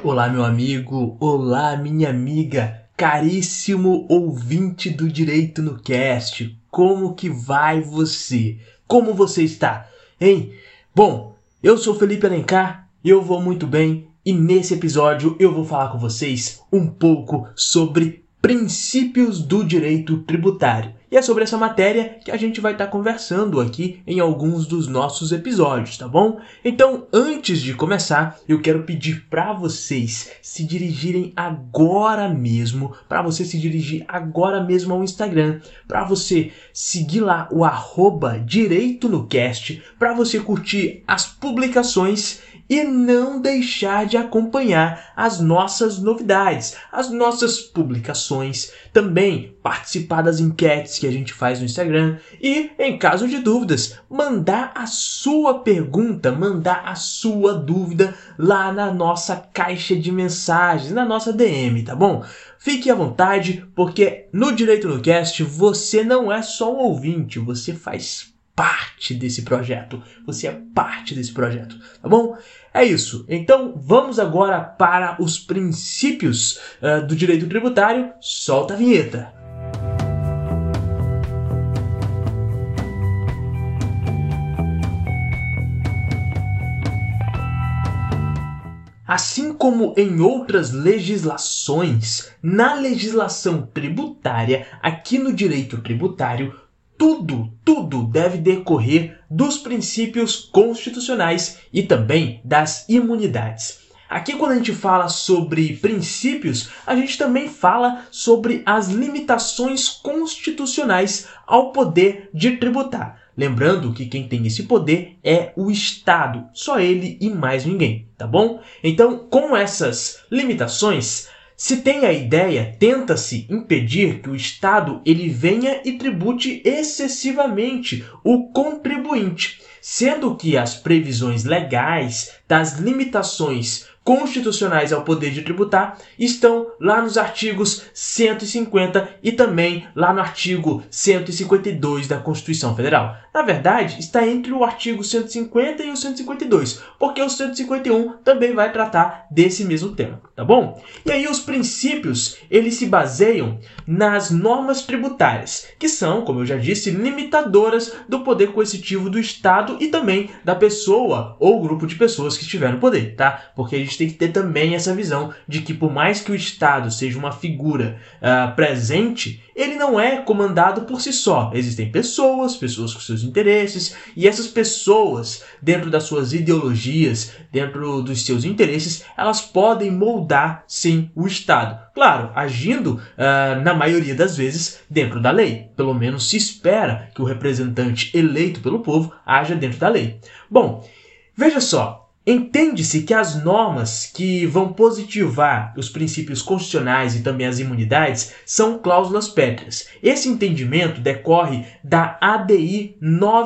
Olá, meu amigo, olá, minha amiga, caríssimo ouvinte do Direito no Cast. Como que vai você? Como você está? Hein? Bom, eu sou Felipe Alencar, eu vou muito bem e nesse episódio eu vou falar com vocês um pouco sobre princípios do direito tributário. E é sobre essa matéria que a gente vai estar conversando aqui em alguns dos nossos episódios, tá bom? Então, antes de começar, eu quero pedir para vocês se dirigirem agora mesmo, para você se dirigir agora mesmo ao Instagram, para você seguir lá o @direito no cast, para você curtir as publicações e não deixar de acompanhar as nossas novidades, as nossas publicações, também participar das enquetes que a gente faz no Instagram e, em caso de dúvidas, mandar a sua pergunta, mandar a sua dúvida lá na nossa caixa de mensagens, na nossa DM, tá bom? Fique à vontade, porque no Direito no Cast você não é só um ouvinte, você faz parte desse projeto. Você é parte desse projeto, tá bom? É isso. Então, vamos agora para os princípios do direito tributário. Solta a vinheta. Assim como em outras legislações, na legislação tributária, aqui no direito tributário, tudo deve decorrer dos princípios constitucionais e também das imunidades. Aqui, quando a gente fala sobre princípios, a gente também fala sobre as limitações constitucionais ao poder de tributar. Lembrando que quem tem esse poder é o Estado, só ele e mais ninguém, tá bom? Então, com essas limitações, se tem a ideia, tenta-se impedir que o Estado ele venha e tribute excessivamente o contribuinte, sendo que as previsões legais das limitações constitucionais ao poder de tributar estão lá nos artigos 150 e também lá no artigo 152 da Constituição Federal. Na verdade, está entre o artigo 150 e o 152, porque o 151 também vai tratar desse mesmo tema, tá bom? E aí os princípios, eles se baseiam nas normas tributárias, que são, como eu já disse, limitadoras do poder coercitivo do Estado e também da pessoa ou grupo de pessoas que estiver no poder, tá? Porque a gente tem que ter também essa visão de que por mais que o Estado seja uma figura presente, ele não é comandado por si só. Existem pessoas com seus interesses, e essas pessoas, dentro das suas ideologias, dentro dos seus interesses, elas podem moldar, sim, o Estado. Claro, agindo, na maioria das vezes, dentro da lei. Pelo menos se espera que o representante eleito pelo povo haja dentro da lei. Bom, veja só. Entende-se que as normas que vão positivar os princípios constitucionais e também as imunidades são cláusulas pétreas. Esse entendimento decorre da ADI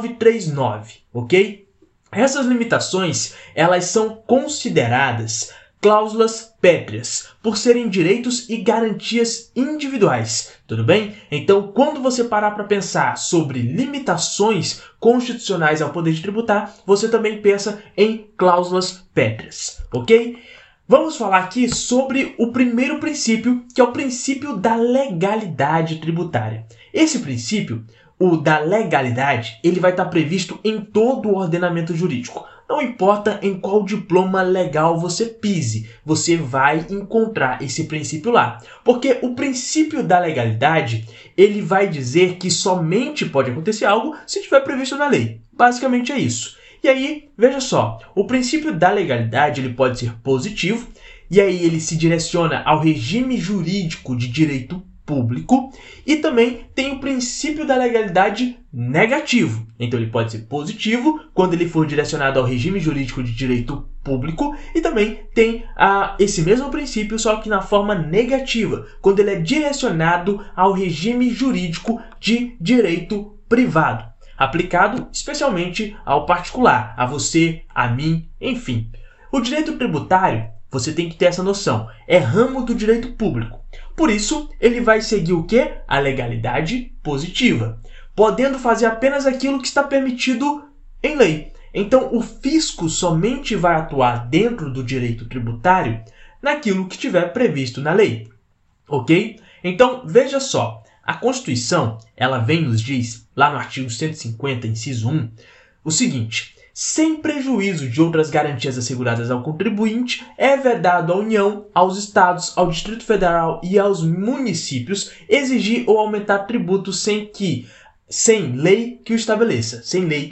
939, ok? Essas limitações, elas são consideradas cláusulas pétreas, por serem direitos e garantias individuais, tudo bem? Então, quando você parar para pensar sobre limitações constitucionais ao poder de tributar, você também pensa em cláusulas pétreas, ok? Vamos falar aqui sobre o primeiro princípio, que é o princípio da legalidade tributária. Esse princípio, o da legalidade, ele vai estar previsto em todo o ordenamento jurídico. Não importa em qual diploma legal você pise, você vai encontrar esse princípio lá. Porque o princípio da legalidade, ele vai dizer que somente pode acontecer algo se estiver previsto na lei. Basicamente é isso. E aí, veja só, o princípio da legalidade ele pode ser positivo, e aí ele se direciona ao regime jurídico de direito público, e também tem o princípio da legalidade negativo. Então ele pode ser positivo quando ele for direcionado ao regime jurídico de direito público, e também tem esse mesmo princípio, só que na forma negativa, quando ele é direcionado ao regime jurídico de direito privado, aplicado especialmente ao particular, a você, a mim, enfim. O direito tributário, você tem que ter essa noção, é ramo do direito público. Por isso, ele vai seguir o quê? A legalidade positiva, podendo fazer apenas aquilo que está permitido em lei. Então, o fisco somente vai atuar dentro do direito tributário naquilo que estiver previsto na lei. Ok? Então, veja só, a Constituição, ela vem e nos diz, lá no artigo 150, inciso 1, o seguinte: sem prejuízo de outras garantias asseguradas ao contribuinte, é vedado à União, aos Estados, ao Distrito Federal e aos municípios exigir ou aumentar tributos sem lei que o estabeleça.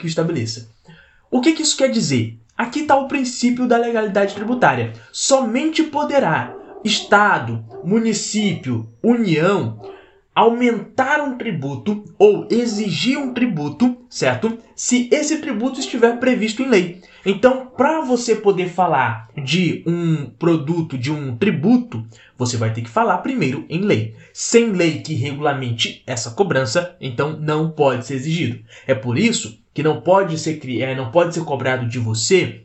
O que isso quer dizer? Aqui está o princípio da legalidade tributária. Somente poderá Estado, município, União aumentar um tributo ou exigir um tributo, certo? Se esse tributo estiver previsto em lei. Então, para você poder falar de um produto, de um tributo, você vai ter que falar primeiro em lei. Sem lei que regulamente essa cobrança, então não pode ser exigido. É por isso que não pode ser cobrado de você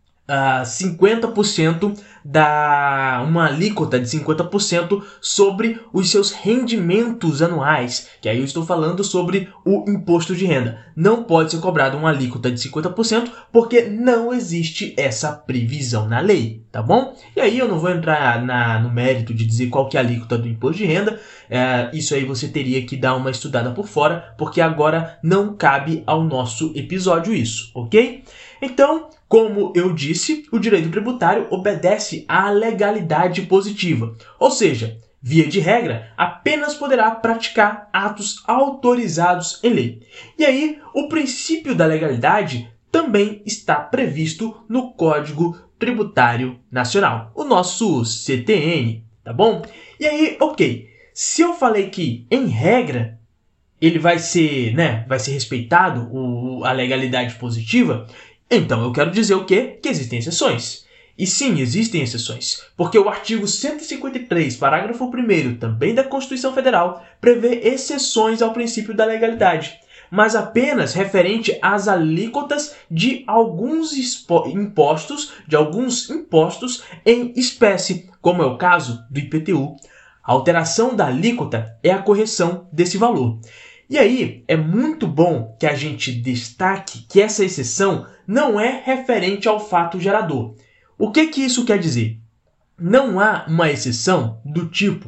50% uma alíquota de 50% sobre os seus rendimentos anuais, que aí eu estou falando sobre o imposto de renda. Não pode ser cobrado uma alíquota de 50% porque não existe essa previsão na lei, tá bom? E aí eu não vou entrar no mérito de dizer qual que é a alíquota do imposto de renda, isso aí você teria que dar uma estudada por fora, porque agora não cabe ao nosso episódio isso, ok? Então, como eu disse, o direito tributário obedece à legalidade positiva, ou seja, via de regra, apenas poderá praticar atos autorizados em lei. E aí, o princípio da legalidade também está previsto no Código Tributário Nacional, o nosso CTN, tá bom? E aí, ok, se eu falei que, em regra, ele vai ser respeitado a legalidade positiva, então eu quero dizer o quê? Que existem exceções. E sim, existem exceções, porque o artigo 153, parágrafo 1º, também da Constituição Federal, prevê exceções ao princípio da legalidade, mas apenas referente às alíquotas de alguns impostos em espécie, como é o caso do IPTU. A alteração da alíquota é a correção desse valor. E aí, é muito bom que a gente destaque que essa exceção não é referente ao fato gerador. O que isso quer dizer? Não há uma exceção do tipo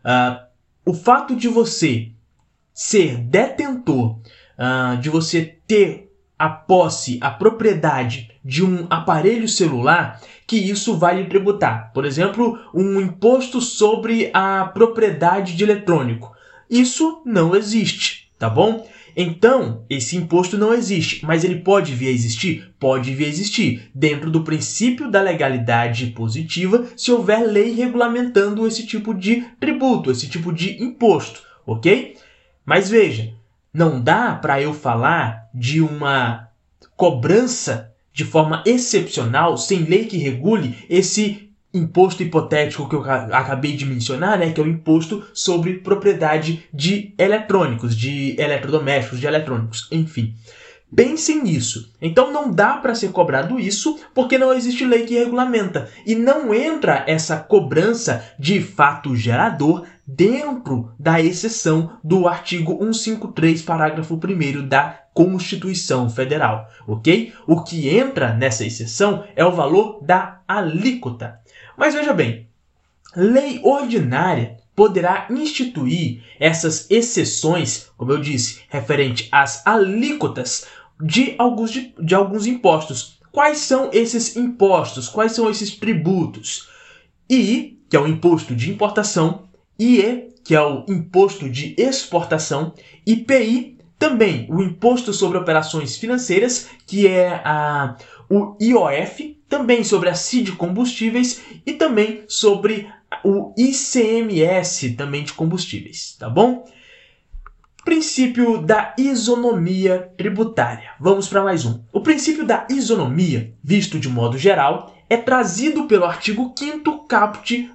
o fato de você ser detentor, de você ter a posse, a propriedade de um aparelho celular, que isso vai lhe tributar. Por exemplo, um imposto sobre a propriedade de eletrônico. Isso não existe, tá bom? Então, esse imposto não existe, mas ele pode vir a existir? Pode vir a existir, dentro do princípio da legalidade positiva, se houver lei regulamentando esse tipo de tributo, esse tipo de imposto, ok? Mas veja, não dá para eu falar de uma cobrança de forma excepcional, sem lei que regule esse imposto hipotético que eu acabei de mencionar, que é o imposto sobre propriedade de eletrônicos, de eletrodomésticos, de eletrônicos, enfim. Pensem nisso. Então não dá para ser cobrado isso porque não existe lei que regulamenta. E não entra essa cobrança de fato gerador dentro da exceção do artigo 153, parágrafo 1º da Constituição Federal, ok? O que entra nessa exceção é o valor da alíquota. Mas veja bem, lei ordinária poderá instituir essas exceções, como eu disse, referente às alíquotas de alguns impostos. Quais são esses impostos? Quais são esses tributos? I, que é o imposto de importação, IE, que é o imposto de exportação, IPI, também o imposto sobre operações financeiras, que é o IOF, também sobre a CID combustíveis e também sobre o ICMS, também de combustíveis, tá bom? Princípio da isonomia tributária. Vamos para mais um. O princípio da isonomia, visto de modo geral, é trazido pelo artigo 5º caput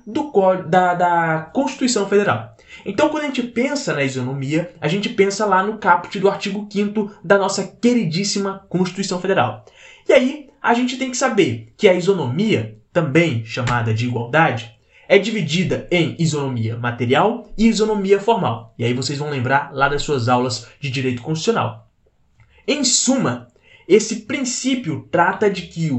da Constituição Federal. Então, quando a gente pensa na isonomia, a gente pensa lá no caput do artigo 5º da nossa queridíssima Constituição Federal. E aí, a gente tem que saber que a isonomia, também chamada de igualdade, é dividida em isonomia material e isonomia formal. E aí vocês vão lembrar lá das suas aulas de direito constitucional. Em suma, esse princípio trata de que o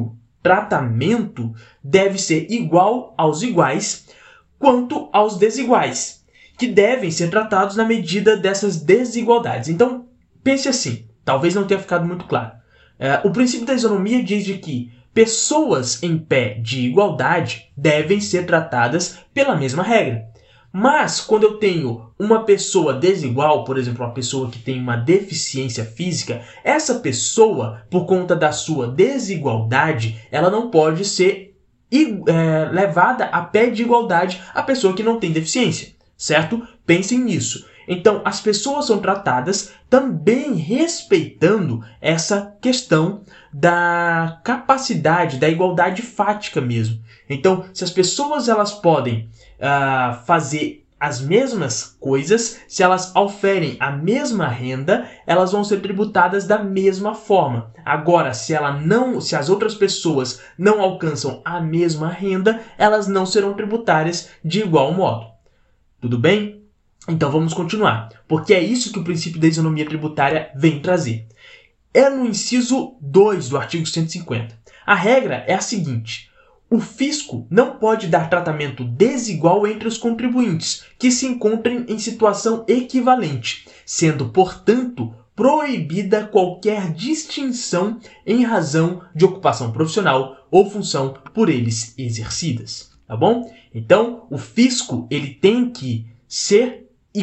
tratamento deve ser igual aos iguais quanto aos desiguais, que devem ser tratados na medida dessas desigualdades. Então, pense assim, talvez não tenha ficado muito claro. O princípio da isonomia diz de que pessoas em pé de igualdade devem ser tratadas pela mesma regra. Mas, quando eu tenho uma pessoa desigual, por exemplo, uma pessoa que tem uma deficiência física, essa pessoa, por conta da sua desigualdade, ela não pode ser levada a pé de igualdade à pessoa que não tem deficiência, certo? Pensem nisso. Então, as pessoas são tratadas também respeitando essa questão da capacidade, da igualdade fática mesmo. Então, se as pessoas elas podem fazer as mesmas coisas, se elas oferem a mesma renda, elas vão ser tributadas da mesma forma. Agora, se as outras pessoas não alcançam a mesma renda, elas não serão tributárias de igual modo. Tudo bem? Então vamos continuar, porque é isso que o princípio da isonomia tributária vem trazer. É no inciso 2 do artigo 150. A regra é a seguinte: o fisco não pode dar tratamento desigual entre os contribuintes que se encontrem em situação equivalente, sendo, portanto, proibida qualquer distinção em razão de ocupação profissional ou função por eles exercidas. Tá bom? Então, o fisco ele tem que ser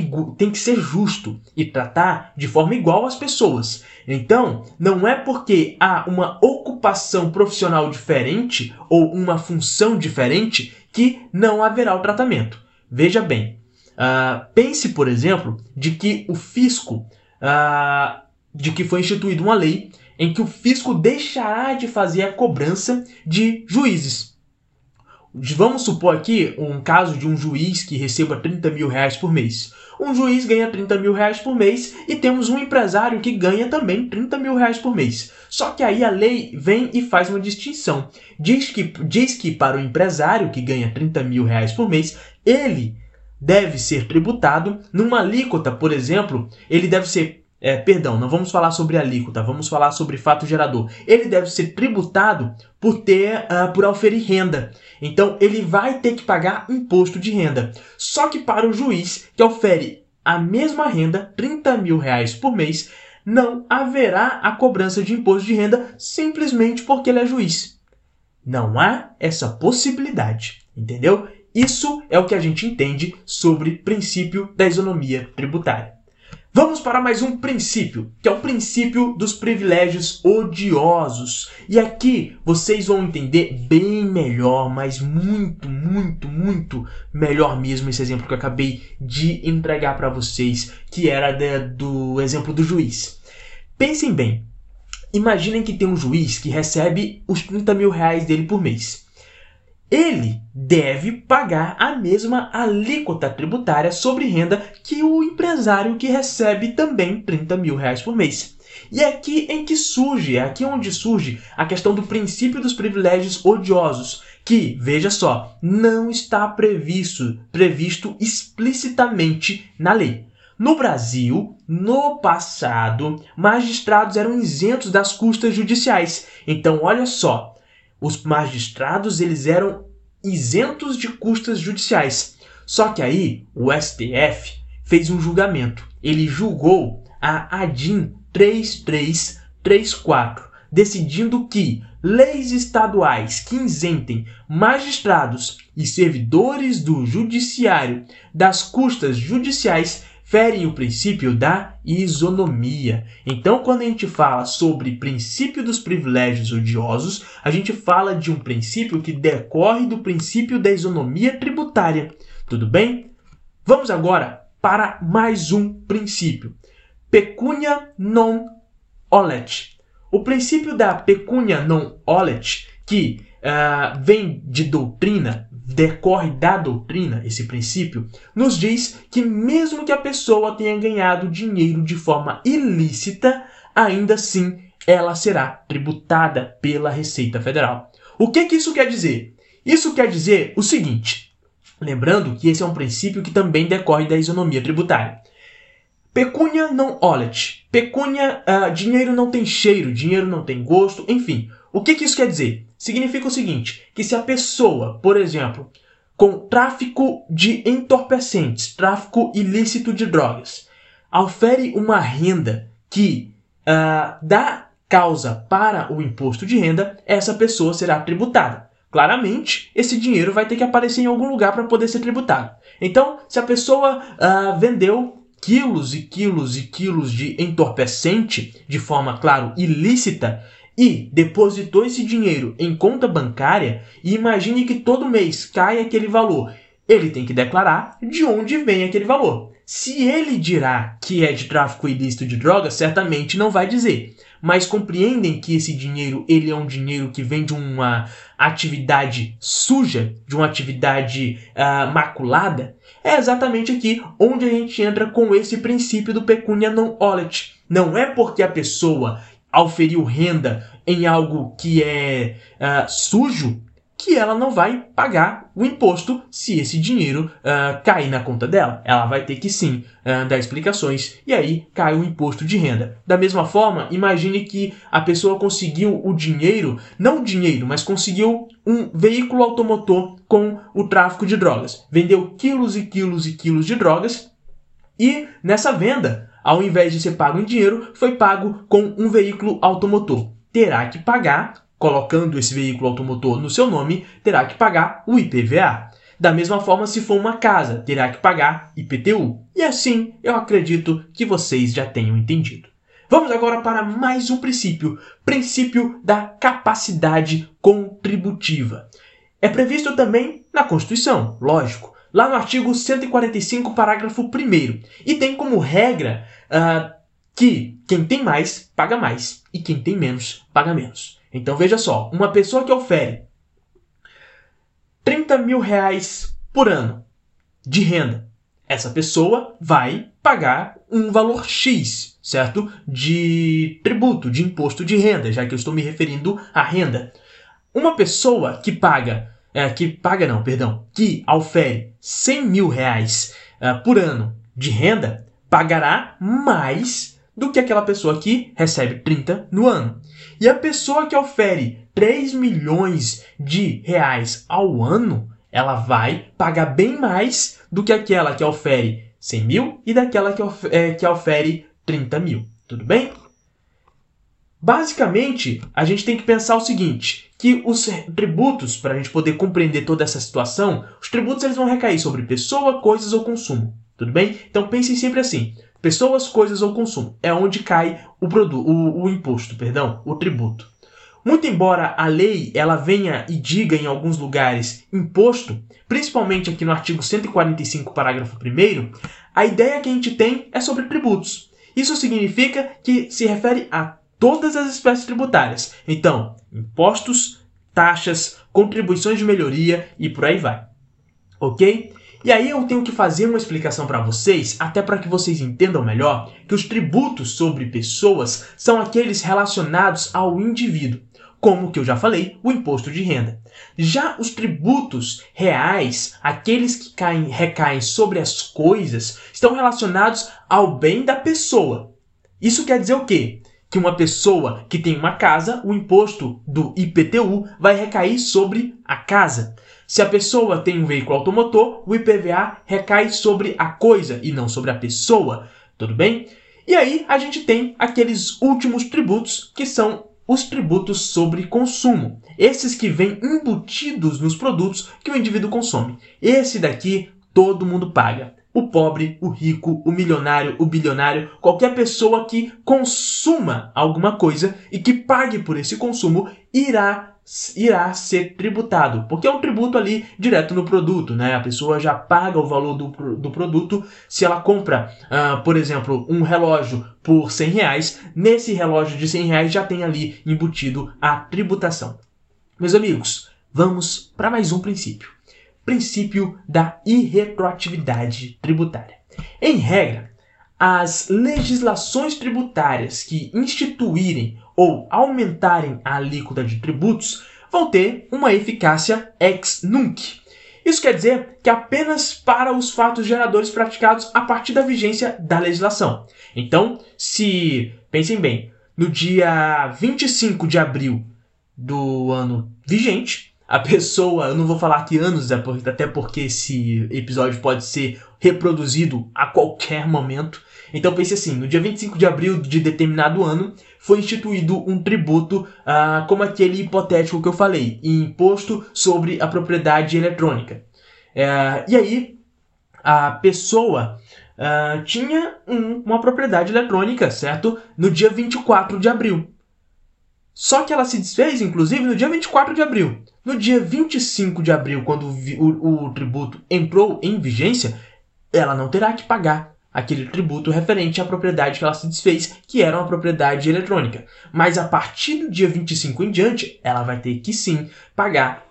justo e tratar de forma igual as pessoas. Então, não é porque há uma ocupação profissional diferente ou uma função diferente que não haverá o tratamento. Veja bem, pense, por exemplo, de que o fisco, de que foi instituída uma lei em que o fisco deixará de fazer a cobrança de juízes. Vamos supor aqui um caso de um juiz que receba 30 mil reais por mês. Um juiz ganha 30 mil reais por mês e temos um empresário que ganha também 30 mil reais por mês. Só que aí a lei vem e faz uma distinção. Diz que para o empresário que ganha 30 mil reais por mês, ele deve ser tributado numa alíquota, por exemplo, ele deve ser não vamos falar sobre alíquota, vamos falar sobre fato gerador. Ele deve ser tributado por oferir renda. Então, ele vai ter que pagar imposto de renda. Só que para o juiz que ofere a mesma renda, 30 mil reais por mês, não haverá a cobrança de imposto de renda simplesmente porque ele é juiz. Não há essa possibilidade, entendeu? Isso é o que a gente entende sobre princípio da isonomia tributária. Vamos para mais um princípio, que é o princípio dos privilégios odiosos. E aqui vocês vão entender bem melhor, mas muito, muito, muito melhor mesmo esse exemplo que eu acabei de entregar para vocês, que era do exemplo do juiz. Pensem bem, imaginem que tem um juiz que recebe os 30 mil reais dele por mês. Ele deve pagar a mesma alíquota tributária sobre renda que o empresário que recebe também 30 mil reais por mês. E é aqui onde surge a questão do princípio dos privilégios odiosos, que, veja só, não está previsto explicitamente na lei. No Brasil, no passado, magistrados eram isentos das custas judiciais. Então, olha só, os magistrados eles eram isentos de custas judiciais. Só que aí o STF fez um julgamento. Ele julgou a ADIM 3334, decidindo que leis estaduais que isentem magistrados e servidores do judiciário das custas judiciais ferem o princípio da isonomia. Então, quando a gente fala sobre princípio dos privilégios odiosos, a gente fala de um princípio que decorre do princípio da isonomia tributária. Tudo bem? Vamos agora para mais um princípio. Pecunia non olet. O princípio da pecunia non olet, que vem de doutrina, decorre da doutrina, esse princípio, nos diz que mesmo que a pessoa tenha ganhado dinheiro de forma ilícita, ainda assim ela será tributada pela Receita Federal. O que isso quer dizer? Isso quer dizer o seguinte, lembrando que esse é um princípio que também decorre da isonomia tributária. Pecunia non olet. Pecúnia, dinheiro não tem cheiro, dinheiro não tem gosto, enfim. O que isso quer dizer? Significa o seguinte, que se a pessoa, por exemplo, com tráfico de entorpecentes, tráfico ilícito de drogas, aufere uma renda que dá causa para o imposto de renda, essa pessoa será tributada. Claramente, esse dinheiro vai ter que aparecer em algum lugar para poder ser tributado. Então, se a pessoa vendeu quilos e quilos e quilos de entorpecente de forma, claro, ilícita e depositou esse dinheiro em conta bancária, e imagine que todo mês cai aquele valor, ele tem que declarar de onde vem aquele valor. Se ele dirá que é de tráfico ilícito de drogas, certamente não vai dizer. Mas compreendem que esse dinheiro ele é um dinheiro que vem de uma atividade suja, de uma atividade maculada? É exatamente aqui onde a gente entra com esse princípio do pecunia non olet. Não é porque a pessoa auferiu renda em algo que é sujo que ela não vai pagar o imposto se esse dinheiro cair na conta dela. Ela vai ter que sim dar explicações e aí cai o imposto de renda. Da mesma forma, imagine que a pessoa conseguiu o dinheiro, não o dinheiro, mas conseguiu um veículo automotor com o tráfico de drogas. Vendeu quilos e quilos e quilos de drogas e nessa venda, ao invés de ser pago em dinheiro, foi pago com um veículo automotor. Terá que pagar, colocando esse veículo automotor no seu nome, terá que pagar o IPVA. Da mesma forma, se for uma casa, terá que pagar IPTU. E assim, eu acredito que vocês já tenham entendido. Vamos agora para mais um princípio, princípio da capacidade contributiva. É previsto também na Constituição, lógico, lá no artigo 145, parágrafo 1º, e tem como regra que quem tem mais, paga mais, e quem tem menos, paga menos. Então veja só, uma pessoa que ofere 30 mil reais por ano de renda, essa pessoa vai pagar um valor X, certo? De tributo, de imposto de renda, já que eu estou me referindo à renda. Uma pessoa que que aufere 100 mil reais por ano de renda, pagará mais do que aquela pessoa que recebe 30 no ano. E a pessoa que ofere 3 milhões de reais ao ano, ela vai pagar bem mais do que aquela que ofere 100 mil e daquela que ofere 30 mil. Tudo bem? Basicamente, a gente tem que pensar o seguinte, que os tributos, para a gente poder compreender toda essa situação, os tributos eles vão recair sobre pessoa, coisas ou consumo. Tudo bem? Então pensem sempre assim. Pessoas, coisas ou consumo. É onde cai o imposto, o tributo. Muito embora a lei ela venha e diga em alguns lugares imposto, principalmente aqui no artigo 145, parágrafo 1º, a ideia que a gente tem é sobre tributos. Isso significa que se refere a todas as espécies tributárias. Então, impostos, taxas, contribuições de melhoria e por aí vai. Ok? E aí eu tenho que fazer uma explicação para vocês, até para que vocês entendam melhor, que os tributos sobre pessoas são aqueles relacionados ao indivíduo, como que eu já falei, o imposto de renda. Já os tributos reais, aqueles que recaem sobre as coisas, estão relacionados ao bem da pessoa. Isso quer dizer o quê? Que uma pessoa que tem uma casa, o imposto do IPTU vai recair sobre a casa. Se a pessoa tem um veículo automotor, o IPVA recai sobre a coisa e não sobre a pessoa. Tudo bem? E aí a gente tem aqueles últimos tributos, que são os tributos sobre consumo. Esses que vêm embutidos nos produtos que o indivíduo consome. Esse daqui todo mundo paga. O pobre, o rico, o milionário, o bilionário, qualquer pessoa que consuma alguma coisa e que pague por esse consumo irá ser tributado, porque é um tributo ali direto no produto, né? A pessoa já paga o valor do produto. Se ela compra, por exemplo, um relógio por 100 reais, nesse relógio de 100 reais já tem ali embutido a tributação. Meus amigos, vamos para mais um princípio. Princípio da irretroatividade tributária. Em regra, as legislações tributárias que instituírem ou aumentarem a alíquota de tributos vão ter uma eficácia ex nunc. Isso quer dizer que apenas para os fatos geradores praticados a partir da vigência da legislação. Então, pensem bem, no dia 25 de abril do ano vigente. A pessoa, eu não vou falar que anos, até porque esse episódio pode ser reproduzido a qualquer momento. Então pense assim, no dia 25 de abril de determinado ano, foi instituído um tributo, como aquele hipotético que eu falei, imposto sobre a propriedade eletrônica. E aí, a pessoa tinha uma propriedade eletrônica, certo? No dia 24 de abril. Só que ela se desfez, inclusive, no dia 24 de abril. No dia 25 de abril, quando o tributo entrou em vigência, ela não terá que pagar aquele tributo referente à propriedade que ela se desfez, que era uma propriedade eletrônica. Mas a partir do dia 25 em diante, ela vai ter que sim pagar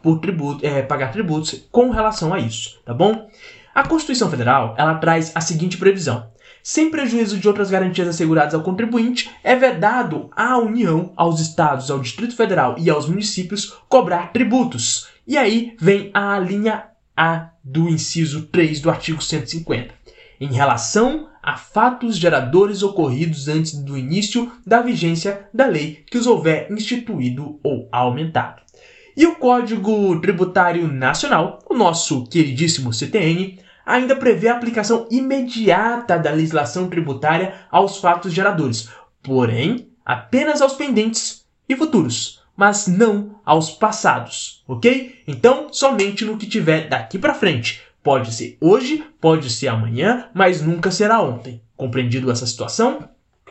tributos com relação a isso, tá bom? A Constituição Federal, ela traz a seguinte previsão: sem prejuízo de outras garantias asseguradas ao contribuinte, é vedado à União, aos Estados, ao Distrito Federal e aos municípios cobrar tributos. E aí vem a linha A do inciso 3 do artigo 150. Em relação a fatos geradores ocorridos antes do início da vigência da lei que os houver instituído ou aumentado. E o Código Tributário Nacional, o nosso queridíssimo CTN, ainda prevê a aplicação imediata da legislação tributária aos fatos geradores, porém, apenas aos pendentes e futuros, mas não aos passados, ok? Então, somente no que tiver daqui para frente. Pode ser hoje, pode ser amanhã, mas nunca será ontem. Compreendido essa situação?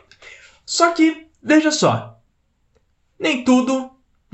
Só que, veja só, nem tudo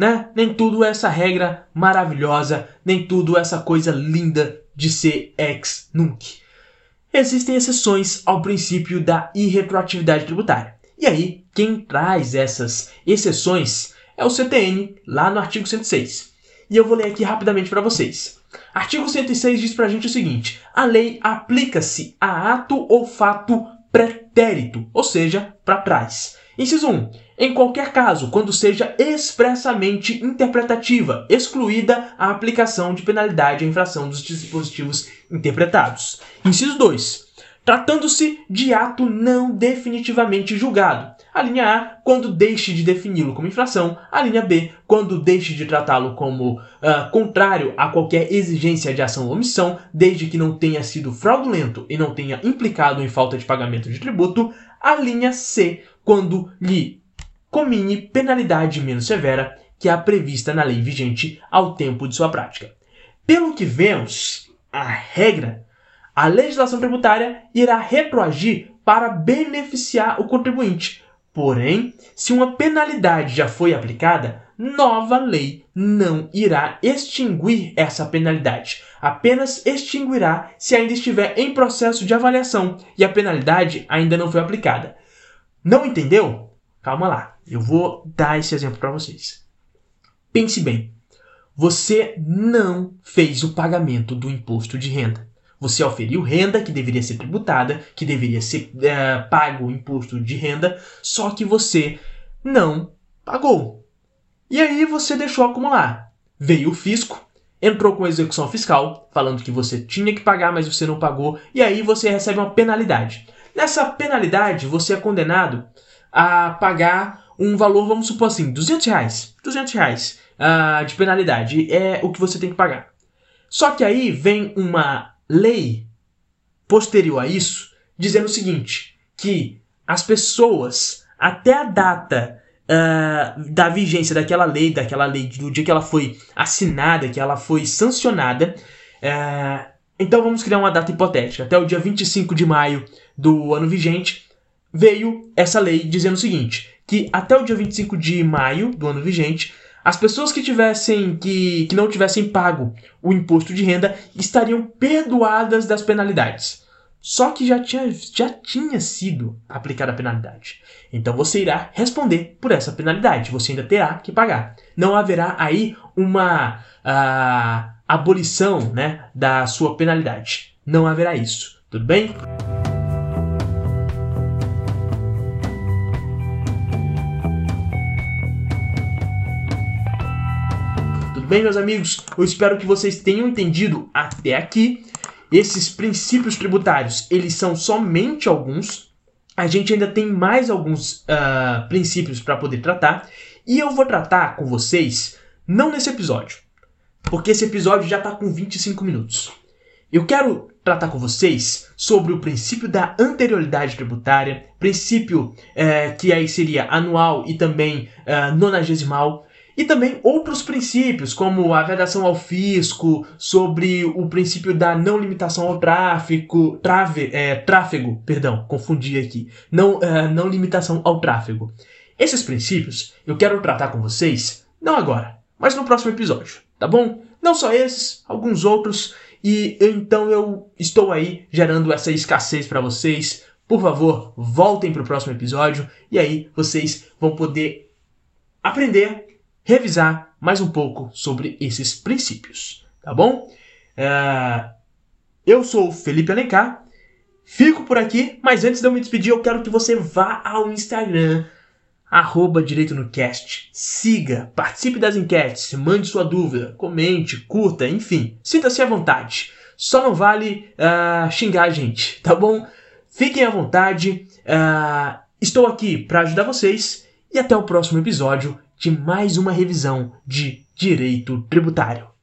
é essa regra maravilhosa, nem tudo essa coisa linda de ser ex nunc. Existem exceções ao princípio da irretroatividade tributária. E aí, quem traz essas exceções é o CTN, lá no artigo 106. E eu vou ler aqui rapidamente para vocês. Artigo 106 diz pra gente o seguinte: a lei aplica-se a ato ou fato pretérito, ou seja, para trás. Inciso 1. Em qualquer caso, quando seja expressamente interpretativa, excluída a aplicação de penalidade à infração dos dispositivos interpretados. Inciso 2. Tratando-se de ato não definitivamente julgado. A linha A, quando deixe de defini-lo como infração. A linha B, quando deixe de tratá-lo como contrário a qualquer exigência de ação ou omissão, desde que não tenha sido fraudulento e não tenha implicado em falta de pagamento de tributo. A linha C, quando lhe comine penalidade menos severa que a prevista na lei vigente ao tempo de sua prática. Pelo que vemos, a legislação tributária irá retroagir para beneficiar o contribuinte. Porém, se uma penalidade já foi aplicada, nova lei não irá extinguir essa penalidade. Apenas extinguirá se ainda estiver em processo de avaliação e a penalidade ainda não foi aplicada. Não entendeu? Calma lá, eu vou dar esse exemplo para vocês. Pense bem, você não fez o pagamento do imposto de renda. Você auferiu renda que deveria ser tributada, que deveria ser pago o imposto de renda, só que você não pagou. E aí você deixou acumular. Veio o fisco, entrou com a execução fiscal, falando que você tinha que pagar, mas você não pagou, e aí você recebe uma penalidade. Nessa penalidade, você é condenado a pagar um valor, vamos supor assim, R$200. R$200 de penalidade é o que você tem que pagar. Só que aí vem uma lei posterior a isso, dizendo o seguinte, que as pessoas, até a data da vigência daquela lei, do dia que ela foi assinada, que ela foi sancionada, então vamos criar uma data hipotética, até o dia 25 de maio do ano vigente, veio essa lei dizendo o seguinte, que até o dia 25 de maio do ano vigente, as pessoas que não tivessem pago o imposto de renda estariam perdoadas das penalidades. Só que já tinha sido aplicada a penalidade. Então você irá responder por essa penalidade. Você ainda terá que pagar. Não haverá aí uma abolição, né, da sua penalidade. Não haverá isso. Tudo bem? Bem, meus amigos, eu espero que vocês tenham entendido até aqui. Esses princípios tributários, eles são somente alguns. A gente ainda tem mais alguns princípios para poder tratar. E eu vou tratar com vocês, não nesse episódio, porque esse episódio já está com 25 minutos. Eu quero tratar com vocês sobre o princípio da anterioridade tributária, princípio que aí seria anual e também nonagesimal, e também outros princípios, como a vedação ao fisco, sobre o princípio da não limitação ao tráfego, confundi aqui, não limitação ao tráfego. Esses princípios eu quero tratar com vocês, não agora, mas no próximo episódio, tá bom? Não só esses, alguns outros, e então eu estou aí gerando essa escassez para vocês. Por favor, voltem para o próximo episódio, e aí vocês vão poder aprender, revisar mais um pouco sobre esses princípios, tá bom? Eu sou o Felipe Alencar, fico por aqui, mas antes de eu me despedir, eu quero que você vá ao Instagram, @DireitoNoCast, siga, participe das enquetes, mande sua dúvida, comente, curta, enfim, sinta-se à vontade. Só não vale xingar a gente, tá bom? Fiquem à vontade, estou aqui para ajudar vocês e até o próximo episódio de mais uma revisão de Direito Tributário.